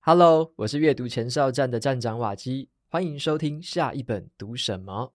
Hello， 我是阅读前哨站的站长瓦基，欢迎收听下一本读什么。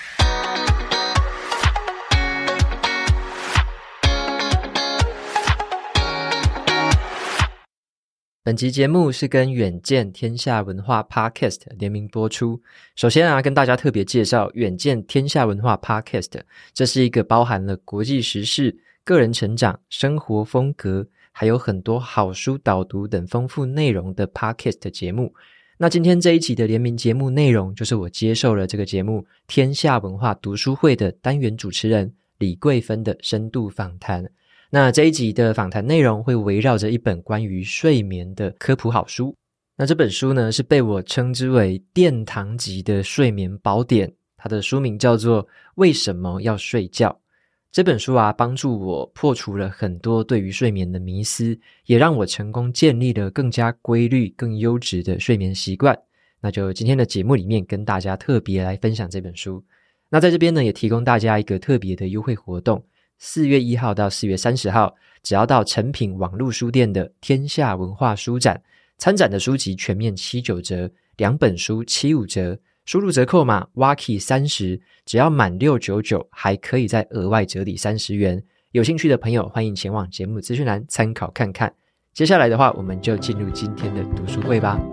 本集节目是跟远见天下文化 Podcast 联名播出。首先跟大家特别介绍远见天下文化 Podcast， 这是一个包含了国际时事、个人成长、生活风格，还有很多好书导读等丰富内容的 Podcast 节目。那今天这一集的联名节目内容，就是我接受了这个节目天下文化读书会的单元主持人李桂芬的深度访谈。那这一集的访谈内容会围绕着一本关于睡眠的科普好书。那这本书呢，是被我称之为殿堂级的睡眠宝典，它的书名叫做《为什么要睡觉》。这本书帮助我破除了很多对于睡眠的迷思，也让我成功建立了更加规律、更优质的睡眠习惯。那就今天的节目里面跟大家特别来分享这本书。那在这边呢，也提供大家一个特别的优惠活动，4月1号到4月30号，只要到诚品网络书店的天下文化书展，参展的书籍全面79折，2本书75折，输入折扣码 WAKI30， 只要满699还可以再额外折抵30元。有兴趣的朋友欢迎前往节目资讯栏参考看看。接下来的话，我们就进入今天的读书会吧。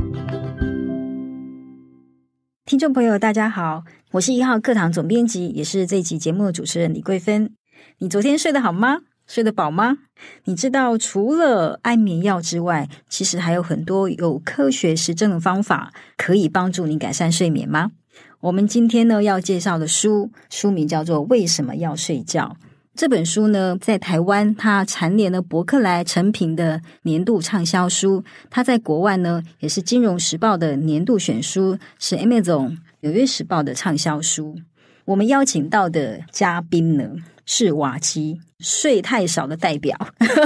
听众朋友大家好，我是1号课堂总编辑，也是这一集节目的主持人李桂芬。你昨天睡得好吗？睡得饱吗？你知道除了安眠药之外，其实还有很多有科学实证的方法可以帮助你改善睡眠吗？我们今天呢要介绍的书名叫做《为什么要睡觉》。这本书呢在台湾它蝉联了博客来、诚品的年度畅销书，它在国外呢也是金融时报的年度选书，是 Amazon 纽约时报的畅销书。我们邀请到的嘉宾呢是瓦基，睡太少的代表。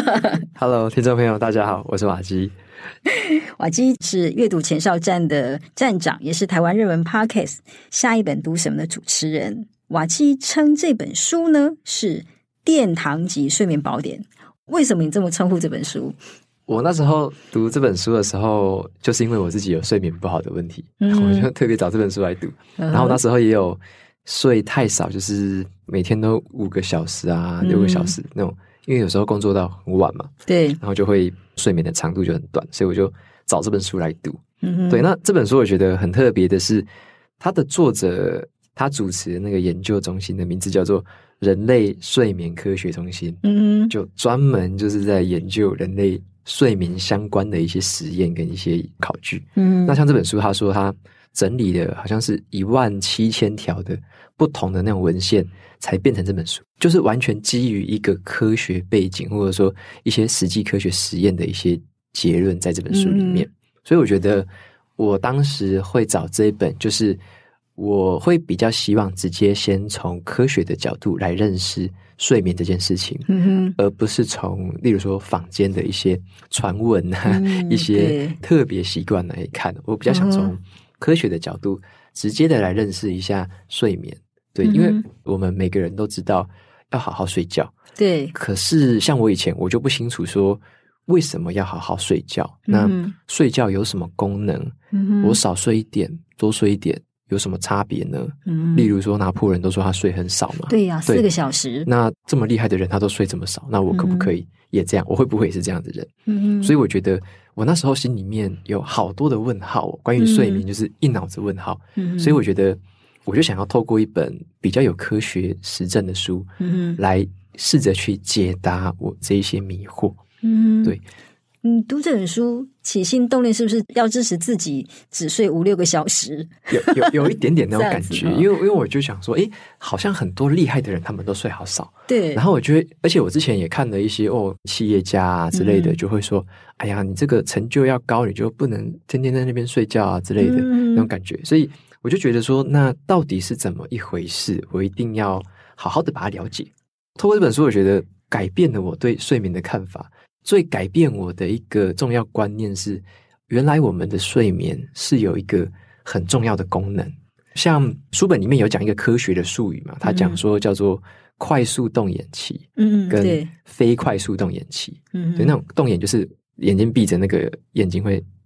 Hello， 听众朋友大家好，我是瓦基。 瓦基是阅读前哨站的站长，也是台湾日文 Podcast 下一本读什么的主持人。瓦基称这本书呢是殿堂级睡眠宝典。为什么你这么称呼这本书？ 我那时候读这本书的时候，就是因为我自己有睡眠不好的问题，我就特别找这本书来读。然后那时候也有睡太少，就是每天都5个小时6个小时那种，因为有时候工作到很晚嘛， 对， 然后就会睡眠的长度就很短，所以我就找这本书来读。对，那这本书我觉得很特别的是，它的作者他主持的那个研究中心的名字叫做人类睡眠科学中心，就专门就是在研究人类睡眠相关的一些实验跟一些考据。那像这本书他说他整理了好像是17000条的不同的那种文献才变成这本书，就是完全基于一个科学背景或者说一些实际科学实验的一些结论在这本书里面。所以我觉得我当时会找这一本，就是我会比较希望直接先从科学的角度来认识睡眠这件事情，而不是从例如说坊间的一些传闻一些特别习惯来看。我比较想从科学的角度直接的来认识一下睡眠。对，因为我们每个人都知道要好好睡觉， 对， 可是像我以前我就不清楚说为什么要好好睡觉，那睡觉有什么功能，我少睡一点多睡一点有什么差别呢？例如说拿破仑都说他睡很少嘛， 对呀，4个小时。 那这么厉害的人他都睡这么少，那我可不可以也这样？我会不会也是这样的人？所以我觉得我那时候心里面有好多的问号，关于睡眠就是一脑子问号。所以我觉得我就想要透过一本比较有科学实证的书，来试着去解答我这一些迷惑。对。 读这本书起心动念是不是要支持自己只睡5-6个小时？ 有一点点那种感觉，因为我就想说，好像很多厉害的人他们都睡好少。 对， 然后我觉得，而且我之前也看了一些企业家之类的，就会说，哎呀，你这个成就要高，你就不能天天在那边睡觉之类的那种感觉。所以我就觉得说，那到底是怎么一回事？我一定要好好的把它了解。透过这本书，我觉得改变了我对睡眠的看法。最改变我的一个重要观念是，原来我们的睡眠是有一个很重要的功能。像书本里面有讲一个科学的术语嘛，他讲说叫做快速动眼期，跟非快速动眼期。对，那种动眼就是眼睛闭着，那个眼睛会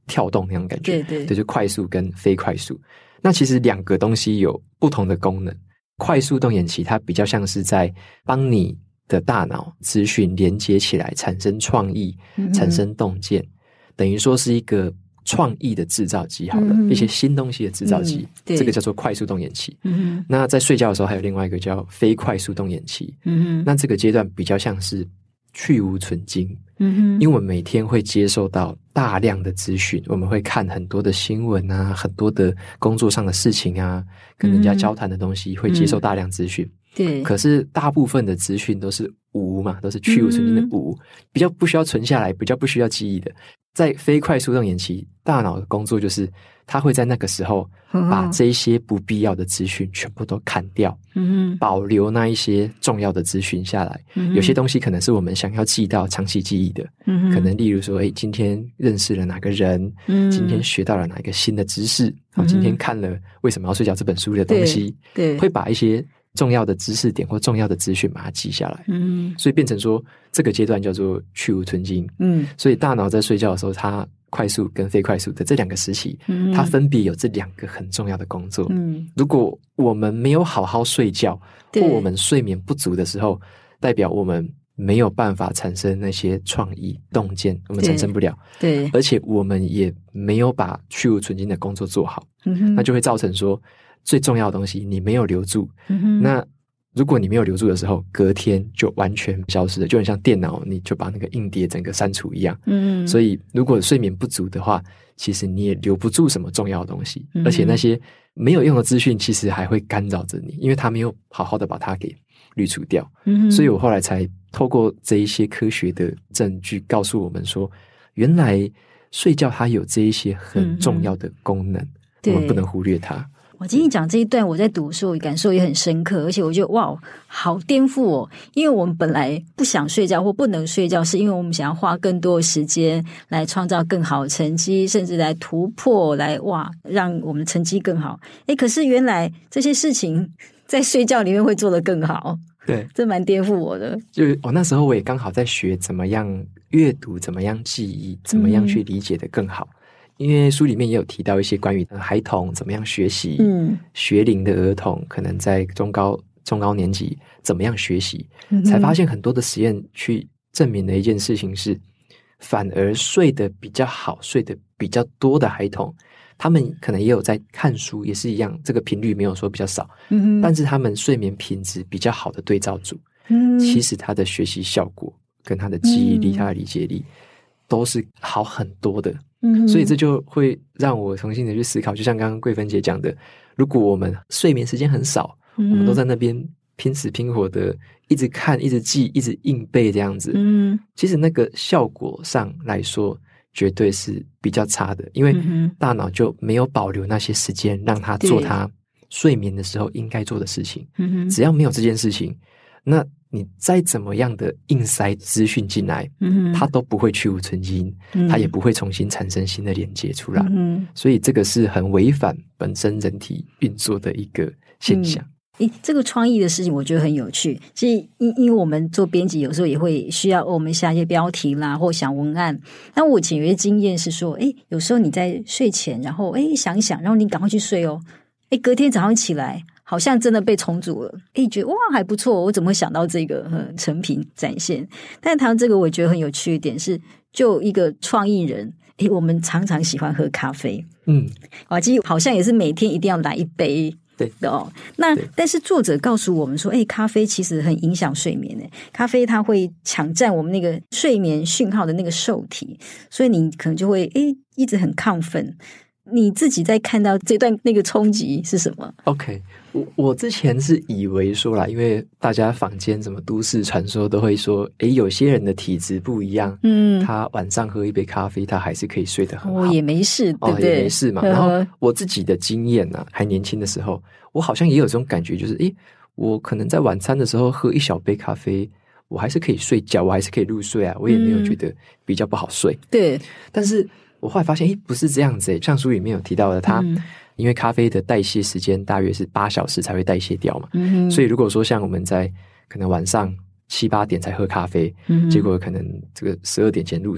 跳动那样感觉， 对， 就快速跟非快速。那其实两个东西有不同的功能。快速动眼期它比较像是在帮你的大脑资讯连接起来，产生创意，产生洞见，等于说是一个创意的制造机好了，一些新东西的制造机，这个叫做快速动眼期。那在睡觉的时候还有另外一个叫非快速动眼期。那这个阶段比较像是去无存精，因为我们每天会接受到大量的资讯，我们会看很多的新闻啊，很多的工作上的事情啊，跟人家交谈的东西，会接受大量资讯。 对， 可是大部分的资讯都是无嘛，都是去无存精的无，比较不需要存下来，比较不需要记忆的。在非快速动眼期，大脑的工作就是它会在那个时候把这些不必要的资讯全部都砍掉，保留那一些重要的资讯下来。有些东西可能是我们想要记到长期记忆的，可能例如说今天认识了哪个人，今天学到了哪一个新的知识，今天看了为什么要睡觉这本书的东西，对，会把一些重要的知识点或重要的资讯把它记下来。所以变成说这个阶段叫做去无存精。所以大脑在睡觉的时候，它快速跟非快速的这两个时期，它分别有这两个很重要的工作。如果我们没有好好睡觉，或我们睡眠不足的时候，代表我们没有办法产生那些创意洞见，我们产生不了。对，而且我们也没有把去无存精的工作做好，那就会造成说最重要的东西你没有留住。那如果你没有留住的时候，隔天就完全消失了，就很像电脑你就把那个硬碟整个删除一样。所以如果睡眠不足的话，其实你也留不住什么重要的东西，而且那些没有用的资讯其实还会干扰着你，因为他没有好好的把它给滤除掉。所以我后来才透过这一些科学的证据告诉我们说，原来睡觉它有这一些很重要的功能，我们不能忽略它。 我今天讲这一段，我在读的时候感受也很深刻，而且我觉得哇，好颠覆哦！因为我们本来不想睡觉或不能睡觉，是因为我们想要花更多的时间来创造更好的成绩，甚至来突破，来让我们的成绩更好。可是原来这些事情在睡觉里面会做得更好。对，这蛮颠覆我的。 就那时候我也刚好在学怎么样阅读，怎么样记忆，怎么样去理解得更好。因为书里面也有提到一些关于孩童怎么样学习，学龄的儿童可能在中高年级怎么样学习，才发现很多的实验去证明的一件事情是，反而睡得比较好、睡得比较多的孩童，他们可能也有在看书，也是一样，这个频率没有说比较少，但是他们睡眠品质比较好的对照组，其实他的学习效果跟他的记忆力、他的理解力都是好很多的。所以这就会让我重新的去思考，就像刚刚桂芬姐讲的，如果我们睡眠时间很少，我们都在那边拼死拼活的一直看、一直记、一直硬背这样子，其实那个效果上来说绝对是比较差的，因为大脑就没有保留那些时间让他做他睡眠的时候应该做的事情。只要没有这件事情，那你再怎么样的硬塞资讯进来，它都不会去无存精，它也不会重新产生新的连接出来。所以这个是很违反本身人体运作的一个现象。 这个创意的事情我觉得很有趣。其实因为我们做编辑有时候也会需要我们下一些标题啦或想文案，那我以前有一些经验是说有时候你在睡前然后想一想，然后你赶快去睡哦，隔天早上起来好像真的被重组了，觉得哇还不错，我怎么会想到这个成品展现。但谈到这个我觉得很有趣一点是，就一个创意人我们常常喜欢喝咖啡，其实好像也是每天一定要来一杯对的哦。那但是作者告诉我们说咖啡其实很影响睡眠咖啡它会抢占我们那个睡眠讯号的那个受体，所以你可能就会一直很亢奋。你自己在看到这段那个冲击是什么？ OK， 我之前是以为说啦，因为大家坊间什么都市传说都会说有些人的体质不一样，他晚上喝一杯咖啡他还是可以睡得很好， 也没事，对不对？ 也没事嘛。然后我自己的经验啊，还年轻的时候我好像也有这种感觉，就是我可能在晚餐的时候喝一小杯咖啡我还是可以睡觉，我还是可以入睡啊，我也没有觉得比较不好睡。 对， 但是我后来发现不是这样子像书里面有提到的，它因为咖啡的代谢时间大约是8小时才会代谢掉嘛，所以如果说像我们在可能晚上7-8点才喝咖啡，结果可能这个12点前入睡，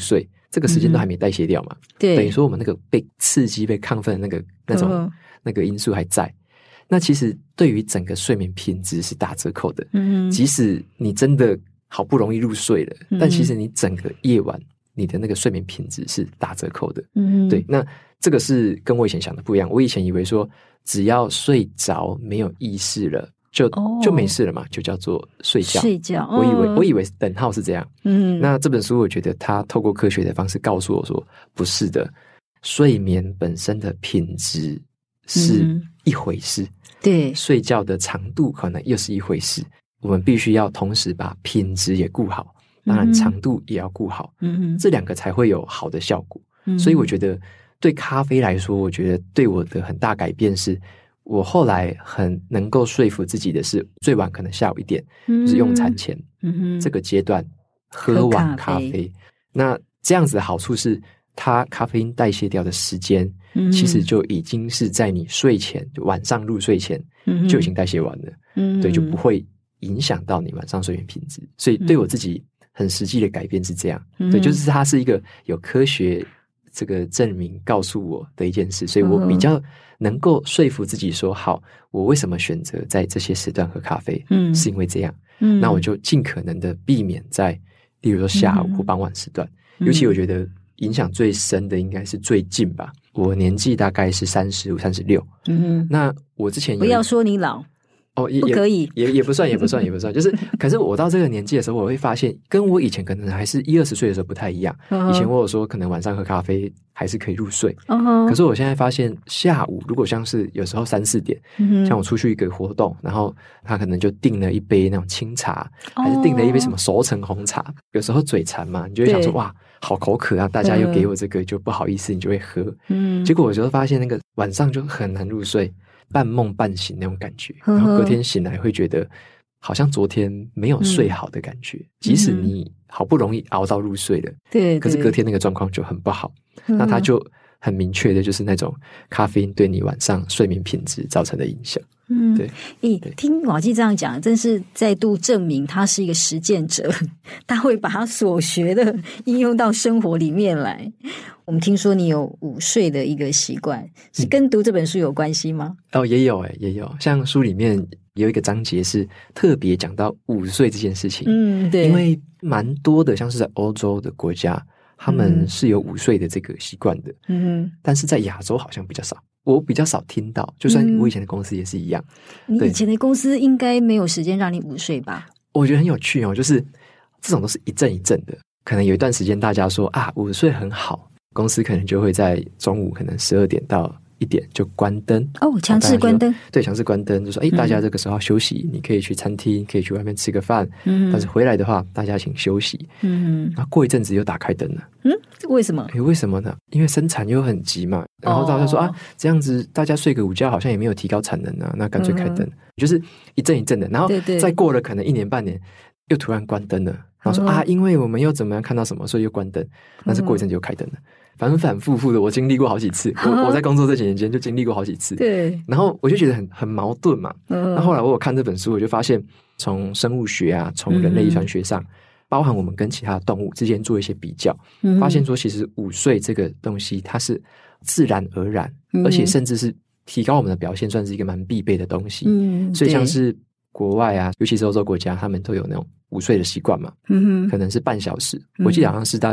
这个时间都还没代谢掉嘛， 对， 等于说我们那个被刺激被亢奋的那个因素还在。那其实对于整个睡眠品质是打折扣的，即使你真的好不容易入睡了，但其实你整个夜晚你的那个睡眠品质是打折扣的。对，那这个是跟我以前想的不一样。我以前以为说只要睡着没有意识了就没事了嘛，就叫做睡觉。我以为等号是这样。那这本书我觉得它透过科学的方式告诉我说，不是的，睡眠本身的品质是一回事， 对， 睡觉的长度可能又是一回事。我们必须要同时把品质也顾好，当然长度也要顾好，这两个才会有好的效果。所以我觉得对咖啡来说，我觉得对我的很大改变是，我后来很能够说服自己的是，最晚可能下午1点，就是用餐前这个阶段喝完咖啡。那这样子的好处是，它咖啡因代谢掉的时间，其实就已经是在你睡前，就晚上入睡前就已经代谢完了，对，就不会影响到你晚上睡眠品质。所以对我自己很实际的改变是这样，对，就是它是一个有科学这个证明告诉我的一件事，所以我比较能够说服自己说，好，我为什么选择在这些时段喝咖啡，是因为这样，那我就尽可能的避免在例如说下午或傍晚时段，尤其我觉得影响最深的应该是最近吧，我年纪大概是35、36，那我之前不要说你老不可以， 也不算，就是，可是我到这个年纪的时候，我会发现，跟我以前可能还是10-20岁的时候不太一样。以前我有说，可能晚上喝咖啡还是可以入睡，可是我现在发现，下午如果像是有时候3-4点，像我出去一个活动，然后他可能就订了一杯那种清茶，还是订了一杯什么熟成红茶，有时候嘴馋嘛，你就会想说，哇，好口渴啊，大家又给我这个，就不好意思，你就会喝。结果我就发现那个晚上就很难入睡。半梦半醒那种感觉，然后隔天醒来会觉得好像昨天没有睡好的感觉，即使你好不容易熬到入睡了，对，可是隔天那个状况就很不好，那它就很明确的就是那种咖啡因对你晚上睡眠品质造成的影响。 对，听瓦基这样讲，真是再度证明他是一个实践者，他会把他所学的应用到生活里面来。我们听说你有午睡的一个习惯，是跟读这本书有关系吗？ 也有，像书里面有一个章节是特别讲到午睡这件事情。对，因为蛮多的，像是在欧洲的国家，他们是有午睡的这个习惯的。但是在亚洲好像比较少。我比较少听到，就算我以前的公司也是一样。 你以前的公司应该没有时间让你午睡吧？ 我觉得很有趣哦，就是这种都是一阵一阵的，可能有一段时间大家说啊午睡很好，公司可能就会在中午可能12点到1点就关灯强制关灯， 对，强制关灯，就说大家这个时候要休息，你可以去餐厅，可以去外面吃个饭，但是回来的话大家请休息。然后过一阵子又打开灯了。 为什么？ 为什么呢？因为生产又很急嘛，然后大家说这样子大家睡个午觉好像也没有提高产能啊，那干脆开灯，就是一阵一阵的，然后再过了可能1年半年又突然关灯了，然后说因为我们又怎么样看到什么，所以又关灯，但是过一阵子又开灯了，反反复复的，我经历过好几次，我在工作这几年间就经历过好几次。对，然后我就觉得很矛盾嘛。那后来我有看这本书，我就发现从生物学啊，从人类遗传学上，包含我们跟其他动物之间做一些比较，发现说其实午睡这个东西它是自然而然，而且甚至是提高我们的表现，算是一个蛮必备的东西。所以像是国外啊，尤其是欧洲国家，他们都有那种午睡的习惯嘛，可能是半小时，我记得好像是大概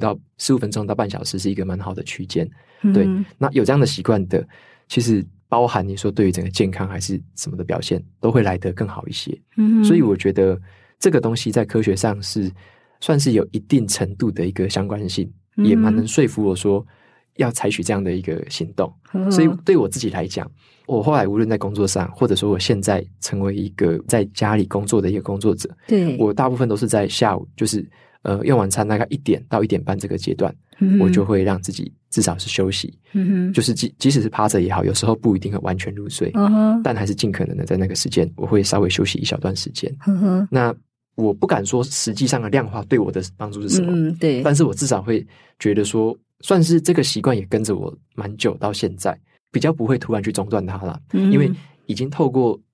15分钟到半小时是一个蛮好的区间。对，那有这样的习惯的，其实包含你说对于整个健康还是什么的表现，都会来得更好一些。所以我觉得这个东西在科学上是算是有一定程度的一个相关性，也蛮能说服我说要采取这样的一个行动。所以对我自己来讲，我后来无论在工作上，或者说我现在成为一个在家里工作的一个工作者，对，我大部分都是在下午，就是用完餐大概1点到1点半这个阶段，我就会让自己至少是休息，就是即使是趴着也好，有时候不一定会完全入睡，但还是尽可能的在那个时间，我会稍微休息一小段时间。那我不敢说实际上的量化对我的帮助是什么，对，但是我至少会觉得说，算是这个习惯也跟着我蛮久到现在，比较不会突然去中断它了，因为已经透过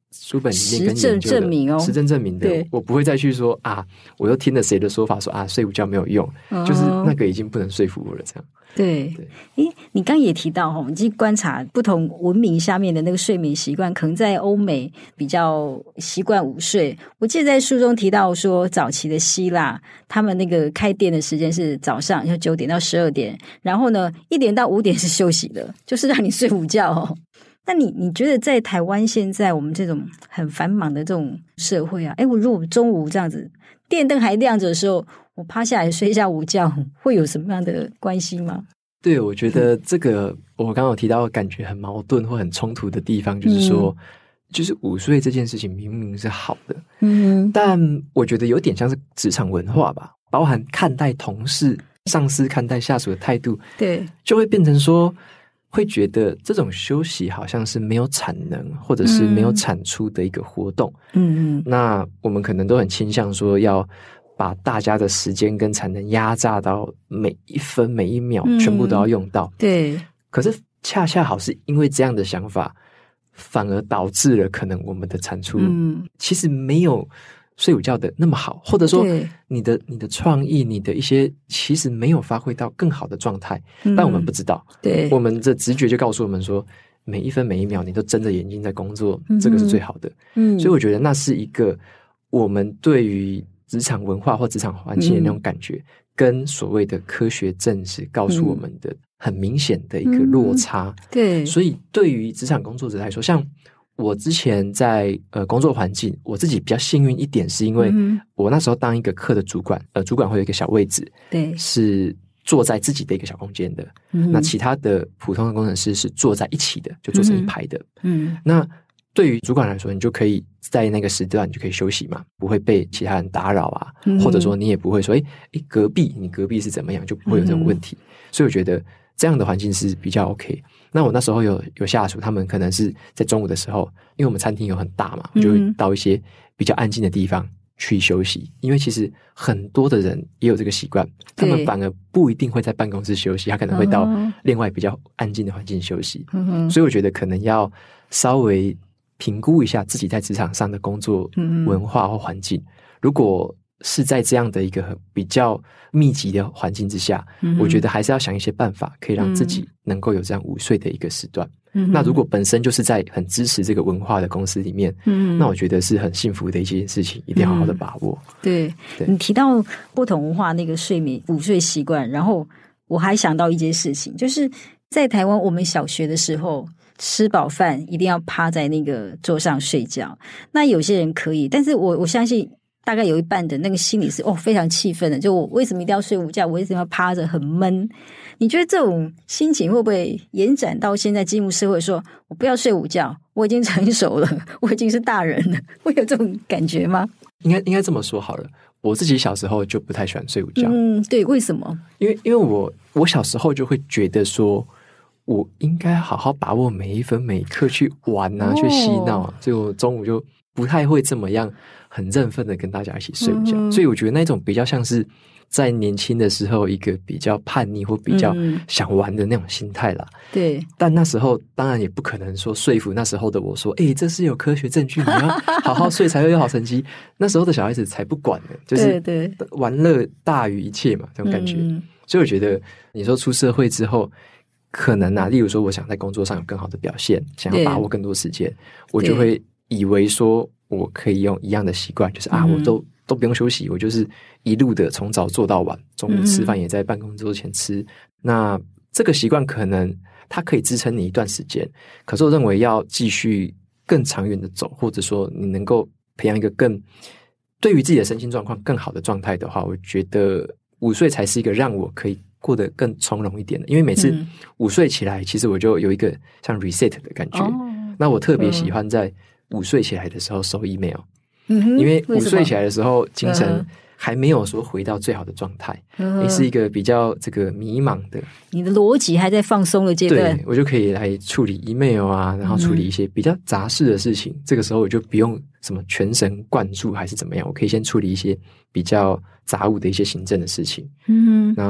书本里面跟实证证明实证证明的，我不会再去说啊，我又听了谁的说法说啊，睡午觉没有用，就是那个已经不能说服我了，这样。 对，你刚也提到我们去观察不同文明下面的那个睡眠习惯，可能在欧美比较习惯午睡。我记得在书中提到说，早期的希腊，他们那个开店的时间是早上就9点到12点，然后呢1点到5点是休息的，就是让你睡午觉那你觉得在台湾现在我们这种很繁忙的这种社会啊，我如果中午这样子电灯还亮着的时候，我趴下来睡一下午觉，会有什么样的关系吗？ 对，我觉得这个我刚刚有提到感觉很矛盾或很冲突的地方，就是说就是午睡这件事情明明是好的，但我觉得有点像是职场文化吧，包含看待同事、上司看待下属的态度， 对， 就会变成说会觉得这种休息好像是没有产能或者是没有产出的一个活动。那我们可能都很倾向说要把大家的时间跟产能压榨到每一分每一秒全部都要用到。 对， 可是恰恰好是因为这样的想法，反而导致了可能我们的产出其实没有睡午觉的那么好，或者说你的创意，你的一些其实没有发挥到更好的状态，但我们不知道。对，我们的直觉就告诉我们说，每一分每一秒你都睁着眼睛在工作，这个是最好的。所以我觉得那是一个我们对于职场文化或职场环境的那种感觉，跟所谓的科学证实告诉我们的很明显的一个落差。对，所以对于职场工作者来说，像我之前在工作环境，我自己比较幸运一点，是因为我那时候当一个课的主管，主管会有一个小位置，对，是坐在自己的一个小空间的。那其他的普通的工程师是坐在一起的，就坐成一排的。那对于主管来说，你就可以在那个时段你就可以休息嘛，不会被其他人打扰啊，或者说你也不会说你隔壁是怎么样，就不会有这种问题。所以我觉得这样的环境是比较 OK。那我那时候有下属，他们可能是在中午的时候，因为我们餐厅有很大嘛，就会到一些比较安静的地方去休息。因为其实很多的人也有这个习惯，他们反而不一定会在办公室休息，他可能会到另外比较安静的环境休息。所以我觉得可能要稍微评估一下自己在职场上的工作文化或环境。如果是在这样的一个比较密集的环境之下，我觉得还是要想一些办法可以让自己能够有这样午睡的一个时段。那如果本身就是在很支持这个文化的公司里面，那我觉得是很幸福的一件事情，一定要好好的把握。对， 你提到不同文化那个午睡习惯，然后我还想到一件事情，就是在台湾我们小学的时候吃饱饭一定要趴在那个桌上睡觉，那有些人可以，但是我相信大概有一半的那个心里是非常气愤的，就我为什么一定要睡午觉，我为什么要趴着很闷。你觉得这种心情会不会延展到现在进入社会，说我不要睡午觉，我已经成熟了，我已经是大人了，会有这种感觉吗？ 应该这么说好了，我自己小时候就不太喜欢睡午觉。 对，为什么？ 因为我小时候就会觉得说我应该好好把握每一分每一刻去玩啊，去嬉闹啊，所以我中午就不太会这么样很振奋的跟大家一起睡午觉。所以我觉得那种比较像是在年轻的时候一个比较叛逆或比较想玩的那种心态啦。对，但那时候当然也不可能说说服那时候的我说这是有科学证据，你要好好睡才会有好成绩。那时候的小孩子才不管呢，就是玩乐大于一切嘛，这种感觉。所以我觉得你说出社会之后可能例如说我想在工作上有更好的表现，想要把握更多时间，我就会以为说我可以用一样的习惯，就是我都不用休息，我就是一路的从早做到晚，中午吃饭也在办公桌前吃。那这个习惯可能它可以支撑你一段时间，可是我认为要继续更长远的走，或者说你能够培养一个更对于自己的身心状况更好的状态的话，我觉得午睡才是一个让我可以过得更从容一点的。因为每次午睡起来，其实我就有一个像 reset 的感觉。那我特别喜欢在午睡起来的时候收 email。因为午睡起来的时候精神还没有说回到最好的状态，也是一个比较这个迷茫的， 你的逻辑还在放松的阶段， 对，我就可以来处理 email 啊，然后处理一些比较杂事的事情。这个时候我就不用什么全神贯注还是怎么样，我可以先处理一些比较杂物的一些行政的事情。那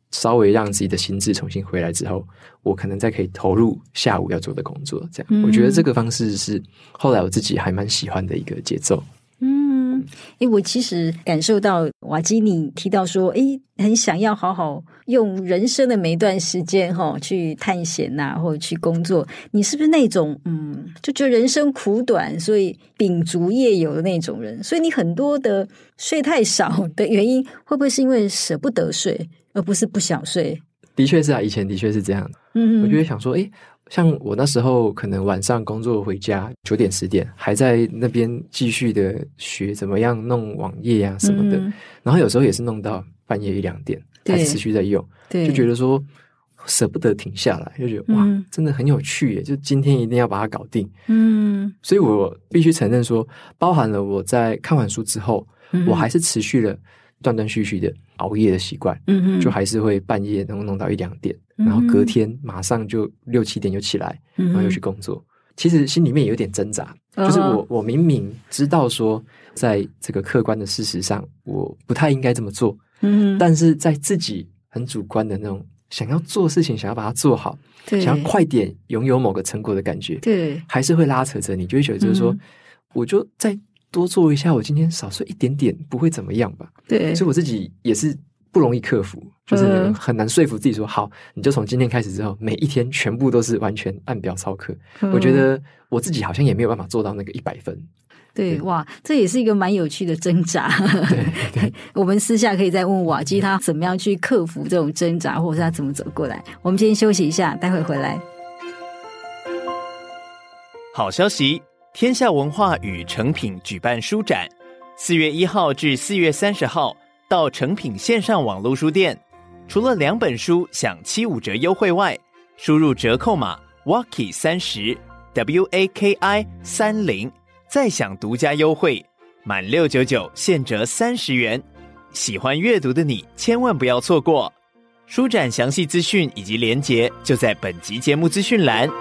稍微让自己的心智重新回来之后，我可能再可以投入下午要做的工作，这样。我觉得这个方式是后来我自己还蛮喜欢的一个节奏。 我其实感受到瓦基你提到说很想要好好用人生的每一段时间去探险或者去工作，你是不是那种就觉得人生苦短，所以秉烛夜游的那种人？所以你很多的睡太少的原因会不会是因为舍不得睡而不是不想睡？ 的确是啊，以前的确是这样。我就会想说像我那时候可能晚上工作回家9点10点还在那边继续的学怎么样弄网页啊什么的，然后有时候也是弄到半夜1、2点还持续在用，就觉得说舍不得停下来，就觉得哇真的很有趣耶，就今天一定要把它搞定。所以我必须承认说，包含了我在看完书之后，我还是持续了断断续续的熬夜的习惯，就还是会半夜能弄到1、2点，然后隔天马上就6、7点就起来，然后又去工作。其实心里面有点挣扎，就是我明明知道说在这个客观的事实上我不太应该这么做，但是在自己很主观的那种想要做事情，想要把它做好，想要快点拥有某个成果的感觉，对，还是会拉扯着你，就会觉得就是说我就再多做一下，我今天少睡一点点不会怎么样吧。对，所以我自己也是不容易克服，就是很难说服自己说好，你就从今天开始之后每一天全部都是完全按表操课。我觉得我自己好像也没有办法做到那个100分。对，哇，这也是一个蛮有趣的挣扎。对，我们私下可以再问瓦基他怎么样去克服这种挣扎，或者是他怎么走过来。我们先休息一下，待会回来。 好消息，天下文化与诚品举办书展，4月1号至4月30号到诚品线上网络书店，除了2本书享75折优惠外，输入折扣码 WAKI30 WAKI30再享独家优惠，满699现折30元。喜欢阅读的你千万不要错过。书展详细资讯以及连结就在本集节目资讯栏。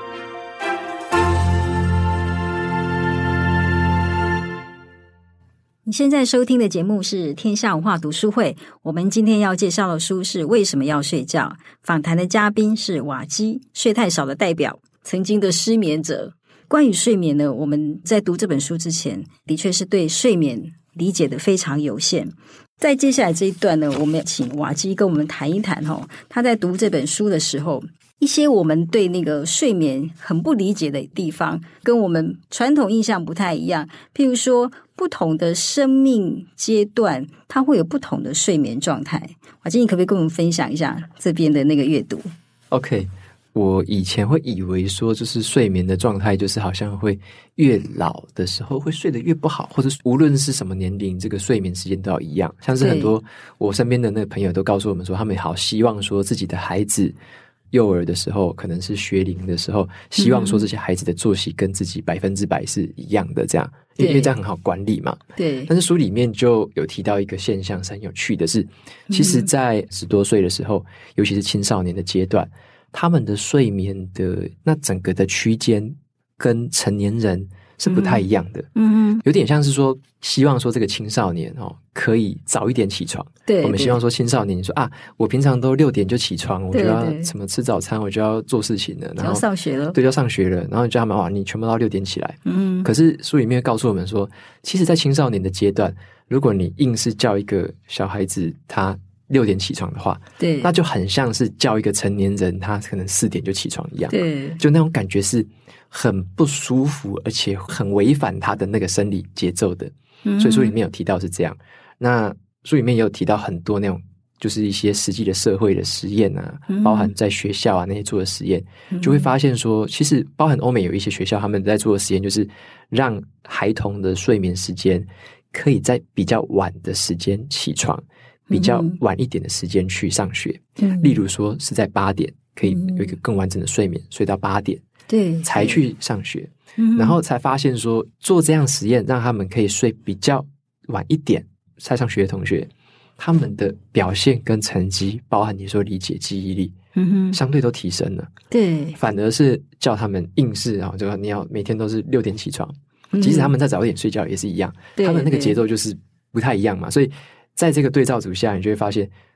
你现在收听的节目是天下文化读书会，我们今天要介绍的书是《为什么要睡觉》，访谈的嘉宾是瓦基，睡太少的代表，曾经的失眠者。关于睡眠呢，我们在读这本书之前的确是对睡眠理解的非常有限。在接下来这一段呢，我们请瓦基跟我们谈一谈他在读这本书的时候一些我们对那个睡眠很不理解的地方，跟我们传统印象不太一样。譬如说不同的生命阶段它会有不同的睡眠状态。瓦基，你可不可以跟我们分享一下这边的那个阅读？ OK，我以前会以为说就是睡眠的状态就是好像会越老的时候会睡得越不好，或者无论是什么年龄这个睡眠时间都要一样。像是很多我身边的那个朋友都告诉我们说，他们好希望说自己的孩子幼儿的时候可能是学龄的时候，希望说这些孩子的作息跟自己100%是一样的，这样因为这样很好管理嘛。对。但是书里面就有提到一个现象是很有趣的是，其实在10多岁的时候，尤其是青少年的阶段，他们的睡眠的那整个的区间跟成年人是不太一样的。有点像是说希望说这个青少年可以早一点起床。对，我们希望说青少年说我平常都6点就起床，我就要什么吃早餐，我就要做事情了，然后要上学了。对，要上学了，然后叫他们你全部到6点起来。可是书里面告诉我们说，其实在青少年的阶段，如果你硬是叫一个小孩子他6点起床的话，对，那就很像是叫一个成年人他可能4点就起床一样。对，就那种感觉是很不舒服，而且很违反他的那个生理节奏的。所以书里面有提到是这样。那书里面也有提到很多那种就是一些实际的社会的实验啊，包含在学校啊那些做的实验，就会发现说其实包含欧美有一些学校他们在做的实验，就是让孩童的睡眠时间可以在比较晚的时间起床，比较晚一点的时间去上学。例如说是在8点可以有一个更完整的睡眠，睡到8点对才去上学。然后才发现说做这样实验让他们可以睡比较晚一点才上学的同学，他们的表现跟成绩包含你说理解记忆力相对都提升了。对，反而是叫他们硬是就你要每天都是6点起床，即使他们再早一点睡觉也是一样，他们那个节奏就是不太一样嘛。所以在这个对照组下，你就会发现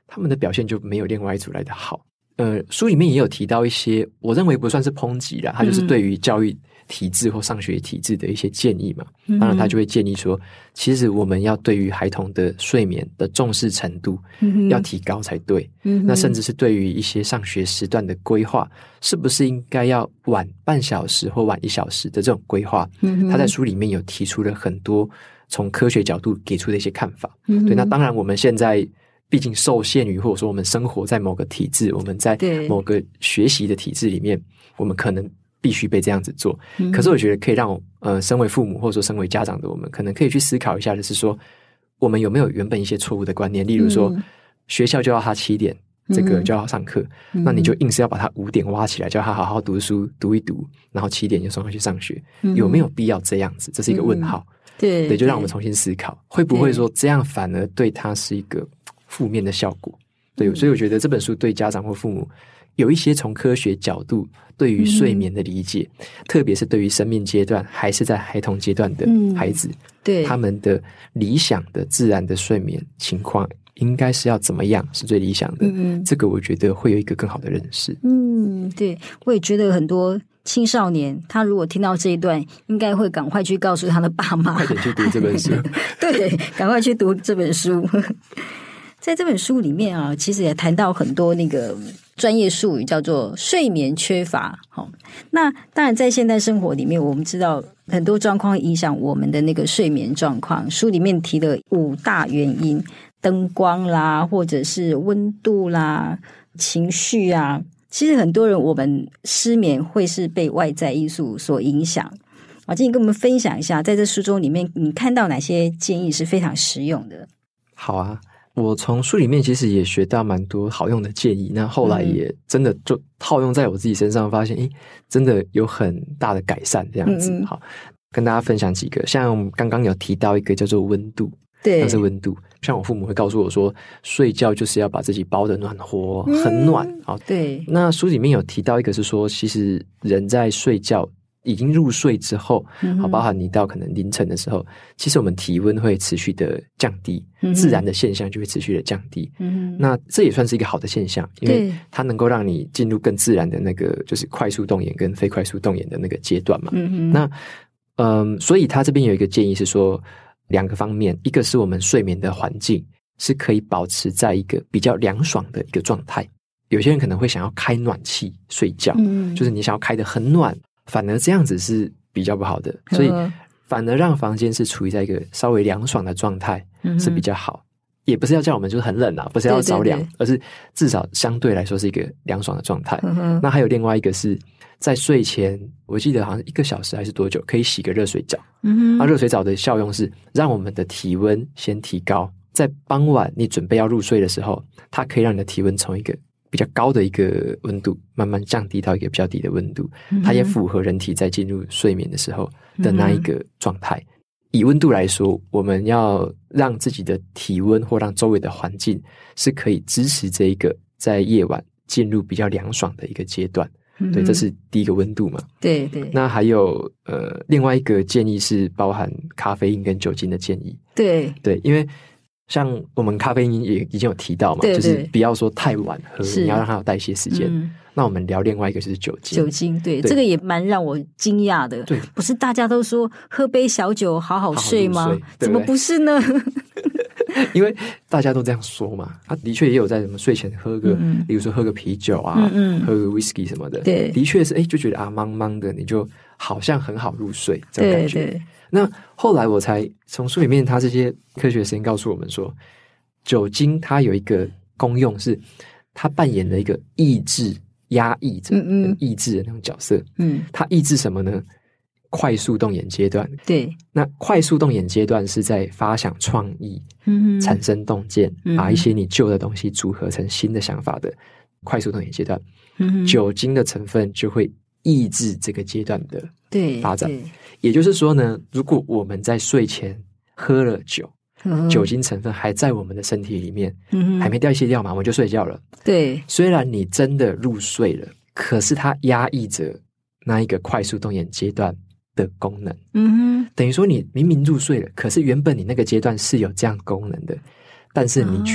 他们的表现就没有另外一组来的好。书里面也有提到一些我认为不算是抨击啦，他就是对于教育体制或上学体制的一些建议嘛。当然他就会建议说，其实我们要对于孩童的睡眠的重视程度要提高才对。那甚至是对于一些上学时段的规划，是不是应该要晚半小时或晚1小时的这种规划，他在书里面有提出了很多从科学角度给出的一些看法。对，那当然我们现在毕竟受限于或者说我们生活在某个体制，我们在某个学习的体制里面，我们可能必须被这样子做。可是我觉得可以让身为父母或者说身为家长的我们，可能可以去思考一下，就是说我们有没有原本一些错误的观念，例如说学校就要他7点这个就要上课，那你就硬是要把他5点挖起来，叫他好好读书读一读，然后7点就送他去上学，有没有必要这样子？这是一个问号。对，就让我们重新思考，会不会说这样反而对他是一个负面的效果。对，所以我觉得这本书对家长或父母有一些从科学角度对于睡眠的理解，特别是对于生命阶段还是在孩童阶段的孩子，对他们的理想的自然的睡眠情况应该是要怎么样是最理想的。这个我觉得会有一个更好的认识。 对，我也觉得很多青少年他如果听到这一段，应该会赶快去告诉他的爸妈， 快点去读这本书。 对，赶快去读这本书。在这本书里面啊，其实也谈到很多那个专业术语，叫做睡眠缺乏。那当然在现代生活里面，我们知道很多状况影响我们的那个睡眠状况。书里面提了5大原因，灯光啦，或者是温度啦，情绪啊。其实很多人我们失眠会是被外在因素所影响。今天跟我们分享一下，在这书中里面你看到哪些建议是非常实用的？ 好啊，我从书里面其实也学到蛮多好用的建议，那后来也真的就套用在我自己身上，发现真的有很大的改善这样子。好，跟大家分享几个，像刚刚有提到一个叫做温度。对，那是温度。像我父母会告诉我说，睡觉就是要把自己包得暖和，很暖。好，对。那书里面有提到一个是说，其实人在睡觉已经入睡之后，包含你到可能凌晨的时候，其实我们体温会持续的降低，自然的现象就会持续的降低。那这也算是一个好的现象，因为它能够让你进入更自然的那个就是快速动眼跟非快速动眼的那个阶段嘛。那所以他这边有一个建议是说，2个方面，一个是我们睡眠的环境是可以保持在一个比较凉爽的一个状态。有些人可能会想要开暖气睡觉，就是你想要开得很暖，反而这样子是比较不好的，所以反而让房间是处于在一个稍微凉爽的状态是比较好。也不是要叫我们就是很冷啊，不是要着凉，而是至少相对来说是一个凉爽的状态。那还有另外一个是在睡前，我记得好像1个小时还是多久可以洗个热水澡。那热水澡的效用是让我们的体温先提高，在傍晚你准备要入睡的时候，它可以让你的体温从一个比较高的一个温度慢慢降低到一个比较低的温度，它也符合人体在进入睡眠的时候的那一个状态。以温度来说，我们要让自己的体温或让周围的环境是可以支持这一个在夜晚进入比较凉爽的一个阶段。对，这是第一个温度嘛。对对。那还有另外一个建议是包含咖啡因跟酒精的建议。对对，因为像我们咖啡因也已经有提到嘛，对对，就是不要说太晚喝，你要让它有代谢时间。那我们聊另外一个就是酒精。酒精，对，这个也蛮让我惊讶的。对，不是大家都说喝杯小酒好好睡吗？好好怎么不是呢？因为大家都这样说嘛，的确也有在什么睡前喝个，比如说喝个啤酒啊，喝个 whisky 什么的，对，的确是就觉得茫茫的，你就好像很好入睡这种感觉。对，那后来我才从书里面，他这些科学实验告诉我们说，酒精它有一个功用是，它扮演了一个抑制、压抑者、抑制的那种角色。它抑制什么呢？快速动眼阶段。对，那快速动眼阶段是在发想创意，产生洞见，把一些你旧的东西组合成新的想法的快速动眼阶段。酒精的成分就会抑制这个阶段的发展。也就是说呢，如果我们在睡前喝了酒，酒精成分还在我们的身体里面，还没代谢掉嘛，我们就睡觉了。对，虽然你真的入睡了，可是它压抑着那一个快速动眼阶段的功能。等于说你明明入睡了，可是原本你那个阶段是有这样功能的，但是你却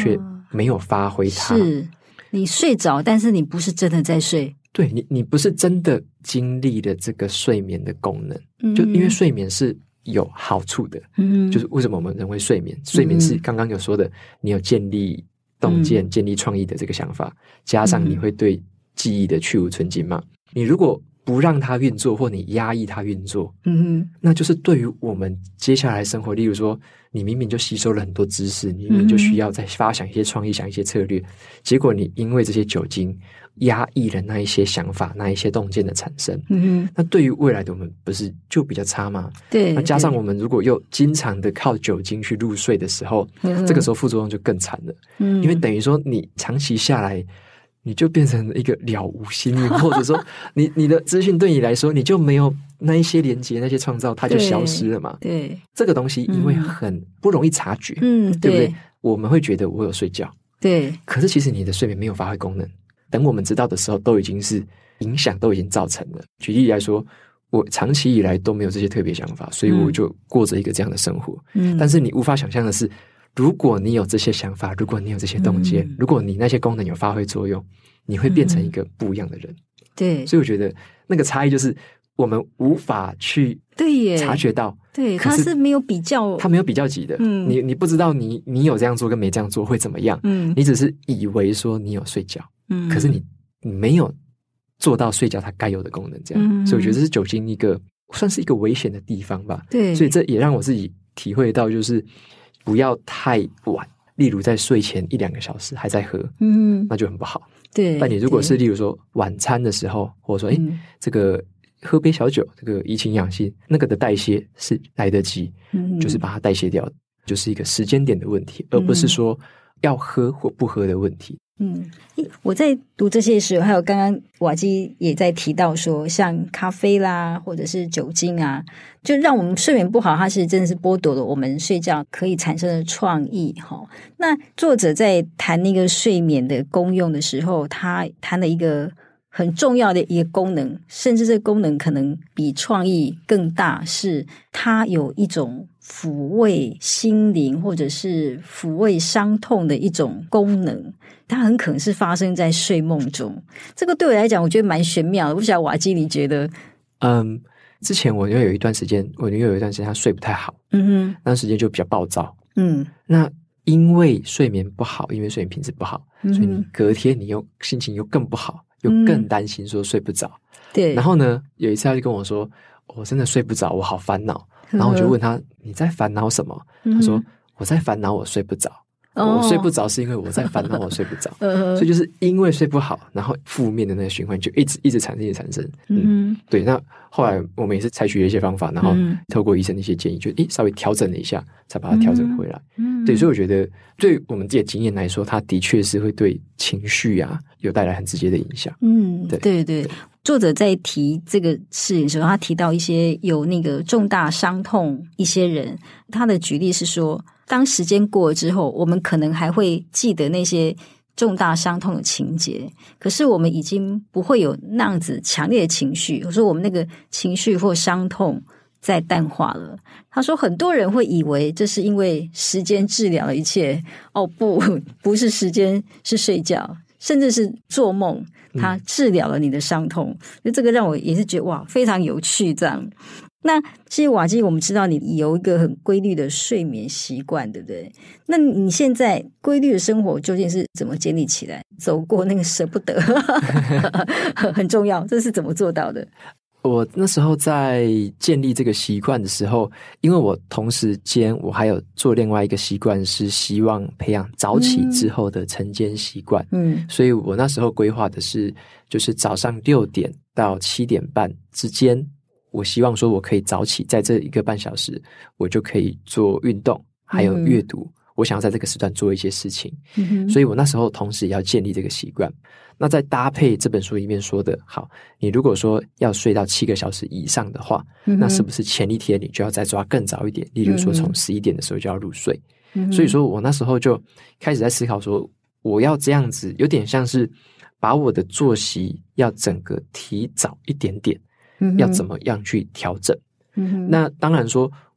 没有发挥它。 是你睡着，但是你不是真的在睡。 对，你不是真的经历了这个睡眠的功能，就因为睡眠是有好处的，就是为什么我们人会睡眠？睡眠是刚刚有说的，你有建立洞见、建立创意的这个想法，加上你会对记忆的去无存精嘛。你如果不让它运作，或你压抑它运作，那就是对于我们接下来生活，例如说，你明明就吸收了很多知识，你明明就需要再发想一些创意，想一些策略，结果你因为这些酒精压抑了那一些想法，那一些洞见的产生，那对于未来的我们不是就比较差吗？ 对， 那加上我们如果又经常的靠酒精去入睡的时候，这个时候副作用就更惨了，因为等于说你长期下来，你就变成一个了无新意，或者说你的资讯对你来说，你就没有那一些连接，那些创造，它就消失了嘛。 对， 这个东西因为很不容易察觉，对不对？我们会觉得我有睡觉， 对， 可是其实你的睡眠没有发挥功能。等我们知道的时候，都已经是影响都已经造成了。举例来说，我长期以来都没有这些特别想法，所以我就过着一个这样的生活。但是你无法想象的是，如果你有这些想法，如果你有这些洞见，如果你那些功能有发挥作用，你会变成一个不一样的人。 对， 所以我觉得那个差异就是我们无法去察觉到。 对，它是没有比较， 它没有比较级的。你不知道你有这样做跟没这样做会怎么样。你只是以为说你有睡觉，可是你没有做到睡觉它该有的功能，这样。所以我觉得这是酒精一个算是一个危险的地方吧。 对， 所以这也让我自己体会到，就是不要太晚，例如在睡前1-2个小时还在喝，那就很不好。 对， 但你如果是例如说晚餐的时候，或者说这个喝杯小酒，这个怡情养性，那个的代谢是来得及，就是把它代谢掉，就是一个时间点的问题，而不是说要喝或不喝的问题。 我在读这些时候，还有刚刚瓦基也在提到说，像咖啡啦，或者是酒精啊，就让我们睡眠不好，它是真的是剥夺了我们睡觉可以产生的创意哈。那作者在谈那个睡眠的功用的时候，他谈了一个很重要的一个功能，甚至这个功能可能比创意更大，是它有一种抚慰心灵或者是抚慰伤痛的一种功能，它很可能是发生在睡梦中。这个对我来讲我觉得蛮玄妙的，不晓得瓦基你觉得？ 之前我有一段时间他睡不太好，那段时间就比较暴躁，那因为睡眠不好，因为睡眠品质不好，所以你隔天你又心情又更不好，又更担心说睡不着。对，然后呢，有一次他就跟我说，我真的睡不着，我好烦恼。然后我就问他，你在烦恼什么？他说，我在烦恼我睡不着。我睡不着是因为我在烦恼我睡不着，所以就是因为睡不好，然后负面的那个循环就一直产生。对。那后来我们也是采取了一些方法，然后透过医生的一些建议，就稍微调整了一下，才把它调整回来。对，所以我觉得对我们自己的经验来说，它的确是会对情绪啊有带来很直接的影响。 对。作者在提这个事情的时候，他提到一些有那个重大伤痛一些人，他的举例是说，当时间过了之后，我们可能还会记得那些重大伤痛的情节，可是我们已经不会有那样子强烈的情绪，或者说我们那个情绪或伤痛在淡化了。他说很多人会以为这是因为时间治疗了一切，不是时间，是睡觉，甚至是做梦，它治疗了你的伤痛。就这个让我也是觉得哇，非常有趣这样。那其实瓦基，我们知道你有一个很规律的睡眠习惯，对不对？那你现在规律的生活究竟是怎么建立起来？走过那个舍不得很重要，这是怎么做到的？ 我那时候在建立这个习惯的时候，因为我同时间我还有做另外一个习惯，是希望培养早起之后的晨间习惯。所以我那时候规划的是，就是早上6点到7点半之间，我希望说我可以早起，在这1个半小时，我就可以做运动，还有阅读。我想要在这个时段做一些事情，所以我那时候同时也要建立这个习惯。那再搭配这本书里面说的，好，你如果说要睡到7个小时以上的话，那是不是前一天你就要再抓更早一点？例如说从11点的时候就要入睡。所以说我那时候就开始在思考说，我要这样子，有点像是把我的作息要整个提早一点点，要怎么样去调整。那当然说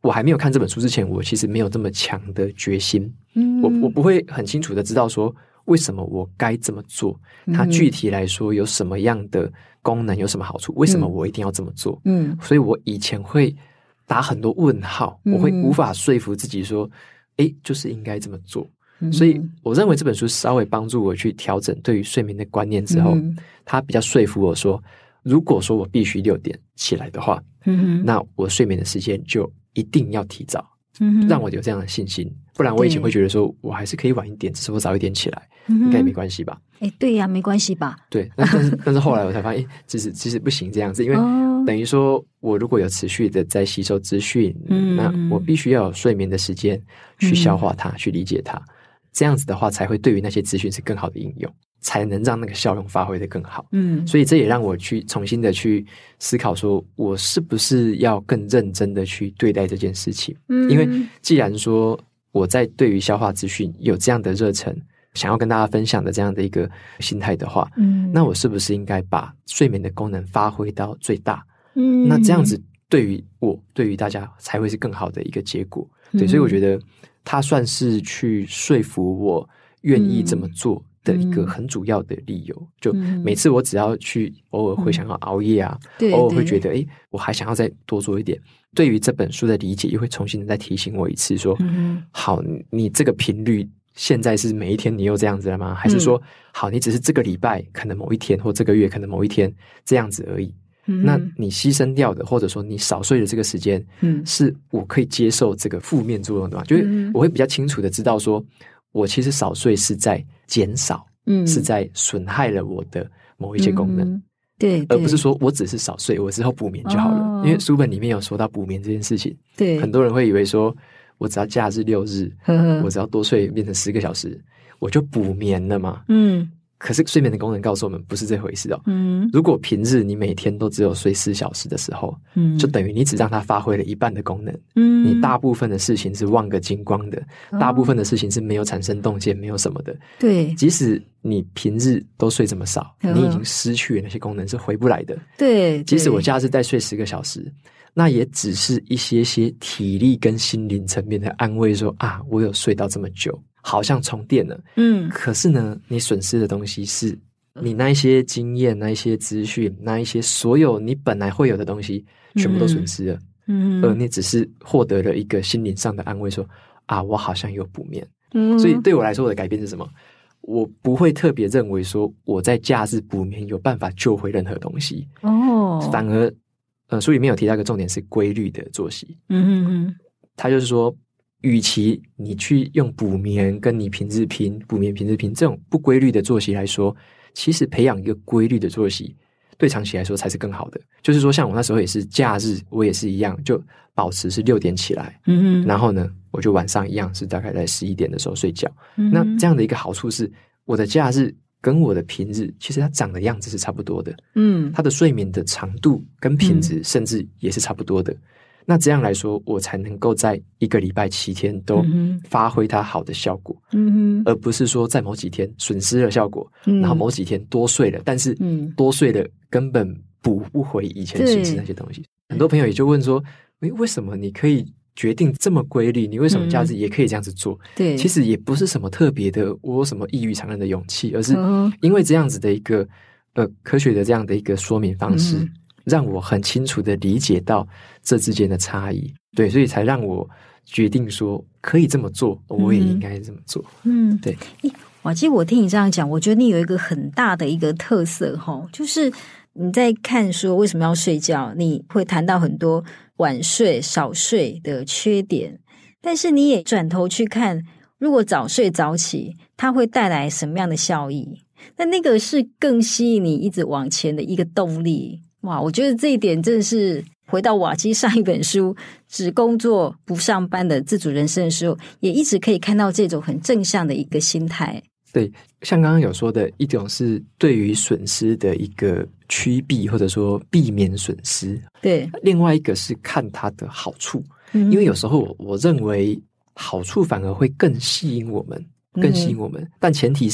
我还没有看这本书之前，我其实没有这么强的决心。我不会很清楚的知道说为什么我该这么做，它具体来说有什么样的功能，有什么好处，为什么我一定要这么做。所以我以前会打很多问号，我会无法说服自己说就是应该这么做。所以我认为这本书稍微帮助我去调整对于睡眠的观念之后，它比较说服我说，如果说我必须6点起来的话，那我睡眠的时间就一定要提早，让我有这样的信心。不然我以前会觉得说我还是可以晚一点，只是我早一点起来应该也没关系吧。 对呀，没关系吧。 对，但是后来我才发现其实不行这样子，因为等于说我如果有持续的在吸收资讯，那我必须要有睡眠的时间去消化它，去理解它，这样子的话才会对于那些资讯是更好的应用，才能让那个效用发挥得更好。所以这也让我去重新的去思考说我是不是要更认真的去对待这件事情。因为既然说我在对于消化资讯有这样的热忱，想要跟大家分享的这样的一个心态的话，那我是不是应该把睡眠的功能发挥到最大？那这样子对于我对于大家才会是更好的一个结果。对，所以我觉得它算是去说服我愿意这么做的一个很主要的理由。就每次我只要去偶尔会想要熬夜啊，偶尔会觉得我还想要再多做一点，对于这本书的理解又会重新的再提醒我一次说，好，你这个频率现在是每一天你又这样子了吗？还是说好，你只是这个礼拜可能某一天，或这个月可能某一天这样子而已。那你牺牲掉的，或者说你少睡的这个时间，是我可以接受这个负面作用的吗？就是我会比较清楚的知道说，我其实少睡是在减少，是在损害了我的某一些功能。对，而不是说我只是少睡，我之后补眠就好了。因为书本里面有说到补眠这件事情，对，很多人会以为说我只要假日6日，我只要多睡变成10个小时，我就补眠了嘛。可是睡眠的功能告诉我们不是这回事哦。如果平日你每天都只有睡4小时的时候，就等于你只让它发挥了一半的功能。你大部分的事情是忘个精光的，大部分的事情是没有产生洞见，没有什么的。对，即使你平日都睡这么少，你已经失去了那些功能，是回不来的。对，即使我假日再睡10个小时，那也只是一些体力跟心灵层面的安慰说我有睡到这么久，好像充电了。可是呢，你损失的东西是你那一些经验，那一些资讯，那一些所有你本来会有的东西全部都损失了。而你只是获得了一个心灵上的安慰说我好像有补眠。所以对我来说，我的改变是什么？我不会特别认为说我在假日补眠有办法救回任何东西。反而书里面有提到一个重点是规律的作息。他就是说，与其你去用补眠跟你平日拼补眠平日拼这种不规律的作息来说，其实培养一个规律的作息对长期来说才是更好的。就是说像我那时候也是假日，我也是一样，就保持是6点起来，然后呢我就晚上一样是大概在11点的时候睡觉。那这样的一个好处是，我的假日跟我的平日其实它长的样子是差不多的。它的睡眠的长度跟品质甚至也是差不多的。那这样来说，我才能够在1个礼拜7天都发挥它好的效果。而不是说在某几天损失了效果，然后某几天多睡了，但是多睡了根本补不回以前损失那些东西。很多朋友也就问说，为什么你可以决定这么规律，你为什么假日也可以这样子做？对，其实也不是什么特别的，我有什么异于常人的勇气，而是因为这样子的一个科学的这样的一个说明方式，让我很清楚的理解到这之间的差异。对，所以才让我决定说可以这么做，我也应该这么做。对。 哇，其实我听你这样讲，我觉得你有一个很大的一个特色就是你在看说为什么要睡觉，你会谈到很多晚睡少睡的缺点，但是你也转头去看，如果早睡早起它会带来什么样的效益，那个是更吸引你一直往前的一个动力。哇，我觉得这一点真的是回到瓦基上一本书只工作不上班的自主人生的时候，也一直可以看到这种很正向的一个心态。 对，像刚刚有说的，一种是对于损失的一个趋避，或者说避免损失。对，另外一个是看它的好处。因为有时候我认为好处反而会更吸引我们，但前提是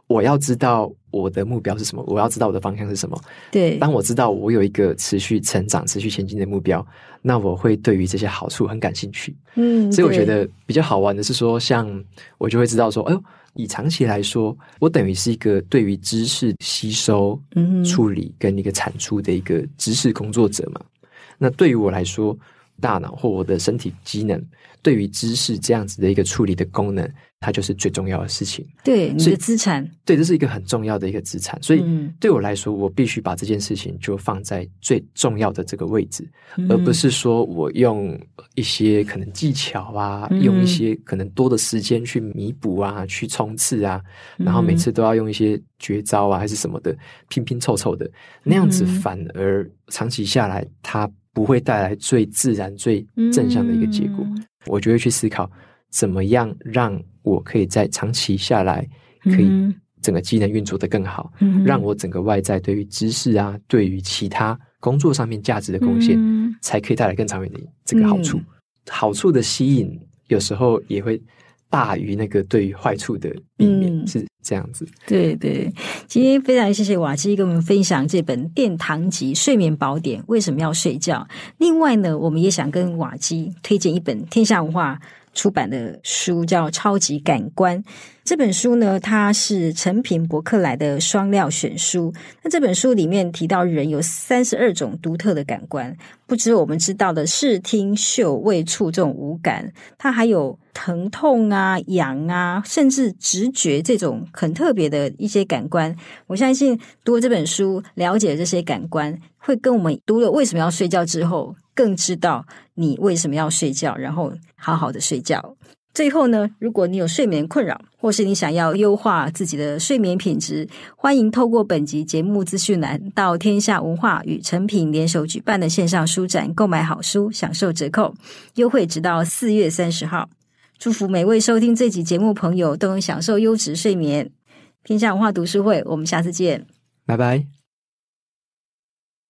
我要知道我的目标是什么，我要知道我的方向是什么。 对， 当我知道我有一个持续成长、持续前进的目标，那我会对于这些好处很感兴趣。所以我觉得比较好玩的是说，像我就会知道说，哎呦，以长期来说，我等于是一个对于知识吸收、处理跟一个产出的一个知识工作者嘛。那对于我来说，大脑或我的身体机能对于知识这样子的一个处理的功能，它就是最重要的事情。 对，你的资产。 对，这是一个很重要的一个资产。所以对我来说，我必须把这件事情就放在最重要的这个位置，而不是说我用一些可能技巧啊，用一些可能多的时间去弥补啊，去冲刺啊，然后每次都要用一些绝招啊还是什么的拼拼凑凑的，那样子反而长期下来它不会带来最自然最正向的一个结果。我就会去思考怎么样让我可以在长期下来可以整个机能运作得更好，让我整个外在对于知识啊，对于其他工作上面价值的贡献才可以带来更长远的这个好处。好处的吸引有时候也会大于那个对于坏处的避免，是这样子。 对对，今天非常谢谢瓦基跟我们分享这本殿堂级睡眠宝典为什么要睡觉。另外呢，我们也想跟瓦基推荐一本天下文化出版的书，叫《超级感官》。这本书呢，它是诚品博客来的双料选书。那这本书里面提到人有32种独特的感官，不只我们知道的视听嗅味触这种五感，它还有疼痛啊、痒啊，甚至直觉这种很特别的一些感官。我相信读了这本书，了解了这些感官，会跟我们读了为什么要睡觉之后，更知道你为什么要睡觉，然后好好的睡觉。最后呢，如果你有睡眠困扰，或是你想要优化自己的睡眠品质，欢迎透过本集节目资讯栏到天下文化与诚品联手举办的线上书展购买好书，享受折扣优惠，直到4月30号。祝福每位收听这集节目朋友都能享受优质睡眠。天下文化读书会，我们下次见， 拜拜。